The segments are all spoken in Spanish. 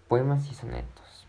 Poemas y sonetos,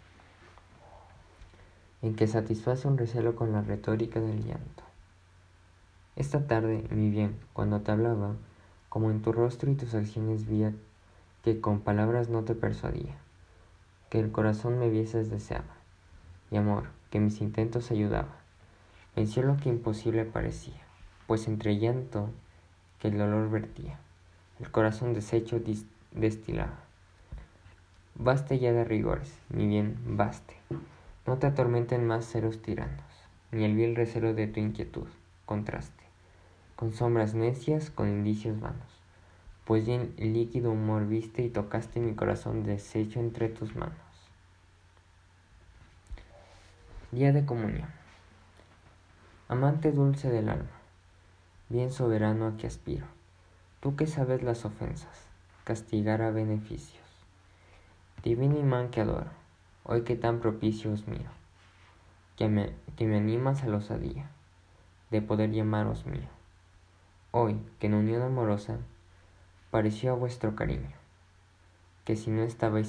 en que satisface un recelo con la retórica del llanto. Esta tarde, mi bien, cuando te hablaba, como en tu rostro y tus acciones vía que con palabras no te persuadía, que el corazón me vieses deseaba, y amor, que mis intentos ayudaba, venció lo que imposible parecía, pues entre llanto que el dolor vertía, el corazón deshecho destilaba. Baste ya de rigores, mi bien, baste. No te atormenten más celos tiranos, ni el vil recelo de tu inquietud, contraste, con sombras necias, con indicios vanos, pues bien líquido humor viste y tocaste mi corazón deshecho entre tus manos. Día de comunión. Amante dulce del alma, bien soberano a que aspiro, tú que sabes las ofensas, castigar a beneficios. Divino imán que adoro, hoy que tan propicio os miro, que me animas a la osadía de poder llamaros mío. Hoy, que en unión amorosa pareció a vuestro cariño, que si no estabais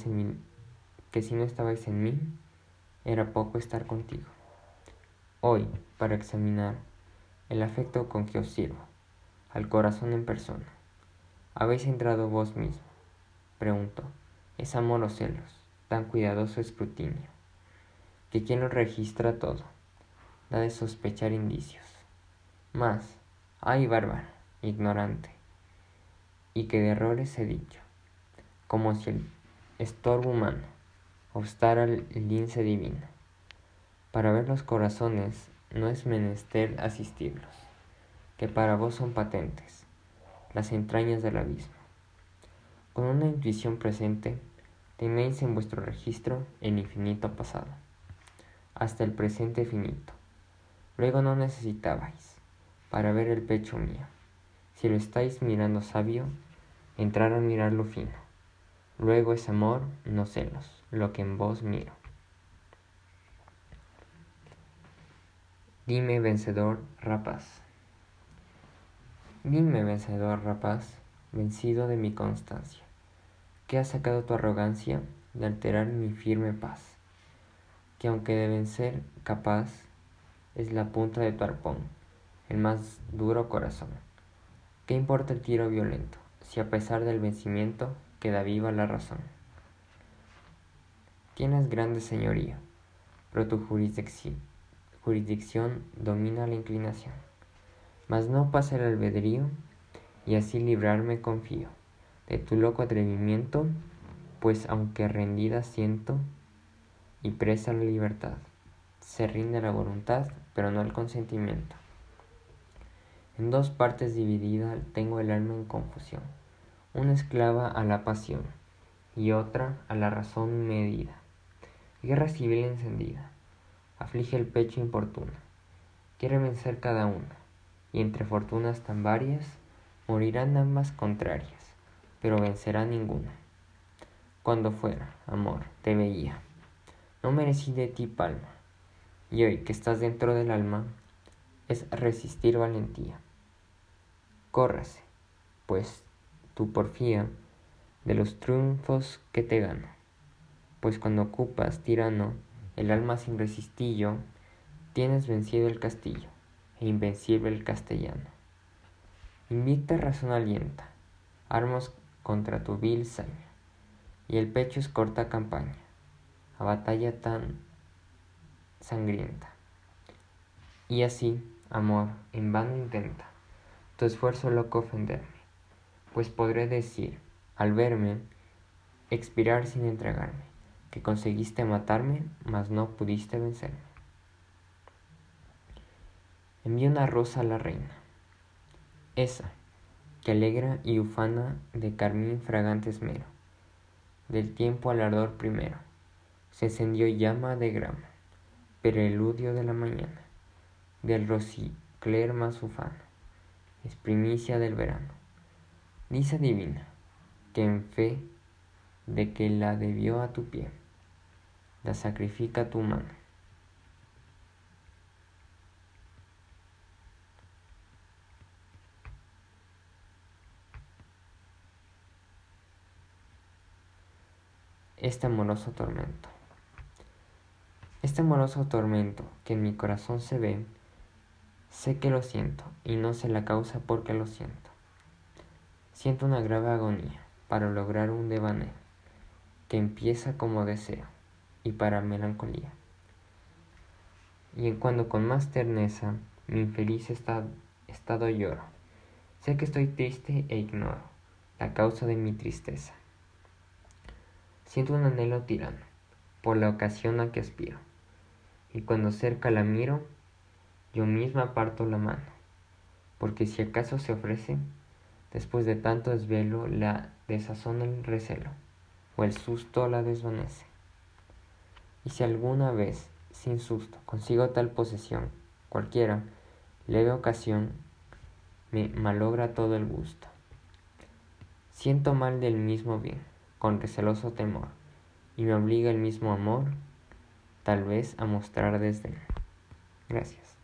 en mí, era poco estar contigo. Hoy, para examinar el afecto con que os sirvo, al corazón en persona, habéis entrado vos mismo. Pregunto, ¿es amor o celos, tan cuidadoso escrutinio, que quien lo registra todo, da de sospechar indicios? Mas, ay bárbaro, ignorante, y que de errores he dicho, como si el estorbo humano obstara el lince divino. Para ver los corazones no es menester asistirlos, que para vos son patentes las entrañas del abismo. Con una intuición presente, tenéis en vuestro registro el infinito pasado, hasta el presente finito. Luego no necesitabais, para ver el pecho mío, si lo estáis mirando sabio, entrar a mirar lo fino. Luego es amor, no celos, lo que en vos miro. Dime, vencedor, rapaz. Dime, vencedor, rapaz, vencido de mi constancia, ¿qué ha sacado tu arrogancia de alterar mi firme paz? Que aunque de vencer capaz, es la punta de tu arpón, el más duro corazón. ¿Qué importa el tiro violento, si a pesar del vencimiento queda viva la razón? Tienes grande señoría, pero tu jurisdicción domina la inclinación. Mas no pasa el albedrío, y así librarme confío de tu loco atrevimiento, pues aunque rendida siento y presa la libertad, se rinde la voluntad, pero no el consentimiento. En dos partes dividida tengo el alma en confusión, una esclava a la pasión y otra a la razón medida. Guerra civil encendida, aflige el pecho importuna, quiere vencer cada una, y entre fortunas tan varias, morirán ambas contrarias, pero vencerá ninguna. Cuando fuera, amor, te veía, no merecí de ti palma, y hoy que estás dentro del alma, es resistir valentía. Córrase, pues, tu porfía de los triunfos que te gano, pues cuando ocupas, tirano, el alma sin resistillo, tienes vencido el castillo, e invencible el castellano. Invicta razón alienta, armas contra tu vil saña, y el pecho es corta campaña, a batalla tan sangrienta. Y así, amor, en vano intenta tu esfuerzo loco ofenderme, pues podré decir, al verme, expirar sin entregarme, que conseguiste matarme, mas no pudiste vencerme. Envié una rosa a la reina, esa, que alegra y ufana de carmín fragante esmero, del tiempo al ardor primero, se encendió llama de grama, preludio de la mañana, del rosicler más ufano, es primicia del verano. Dice divina, que en fe de que la debió a tu pie, la sacrifica a tu mano. este amoroso tormento. Este amoroso tormento que en mi corazón se ve, sé que lo siento y no sé la causa por qué lo siento. Siento una grave agonía para lograr un devaneo que empieza como deseo y para melancolía. Y en cuando con más terneza mi infeliz estado lloro, sé que estoy triste e ignoro la causa de mi tristeza. Siento un anhelo tirano por la ocasión a que aspiro, y cuando cerca la miro, yo misma aparto la mano, porque si acaso se ofrece, después de tanto desvelo, la desazona el recelo, o el susto la desvanece. Y si alguna vez, sin susto, consigo tal posesión, cualquiera leve ocasión, me malogra todo el gusto. Siento mal del mismo bien, con receloso temor, y me obliga el mismo amor, tal vez a mostrar desdén. Gracias.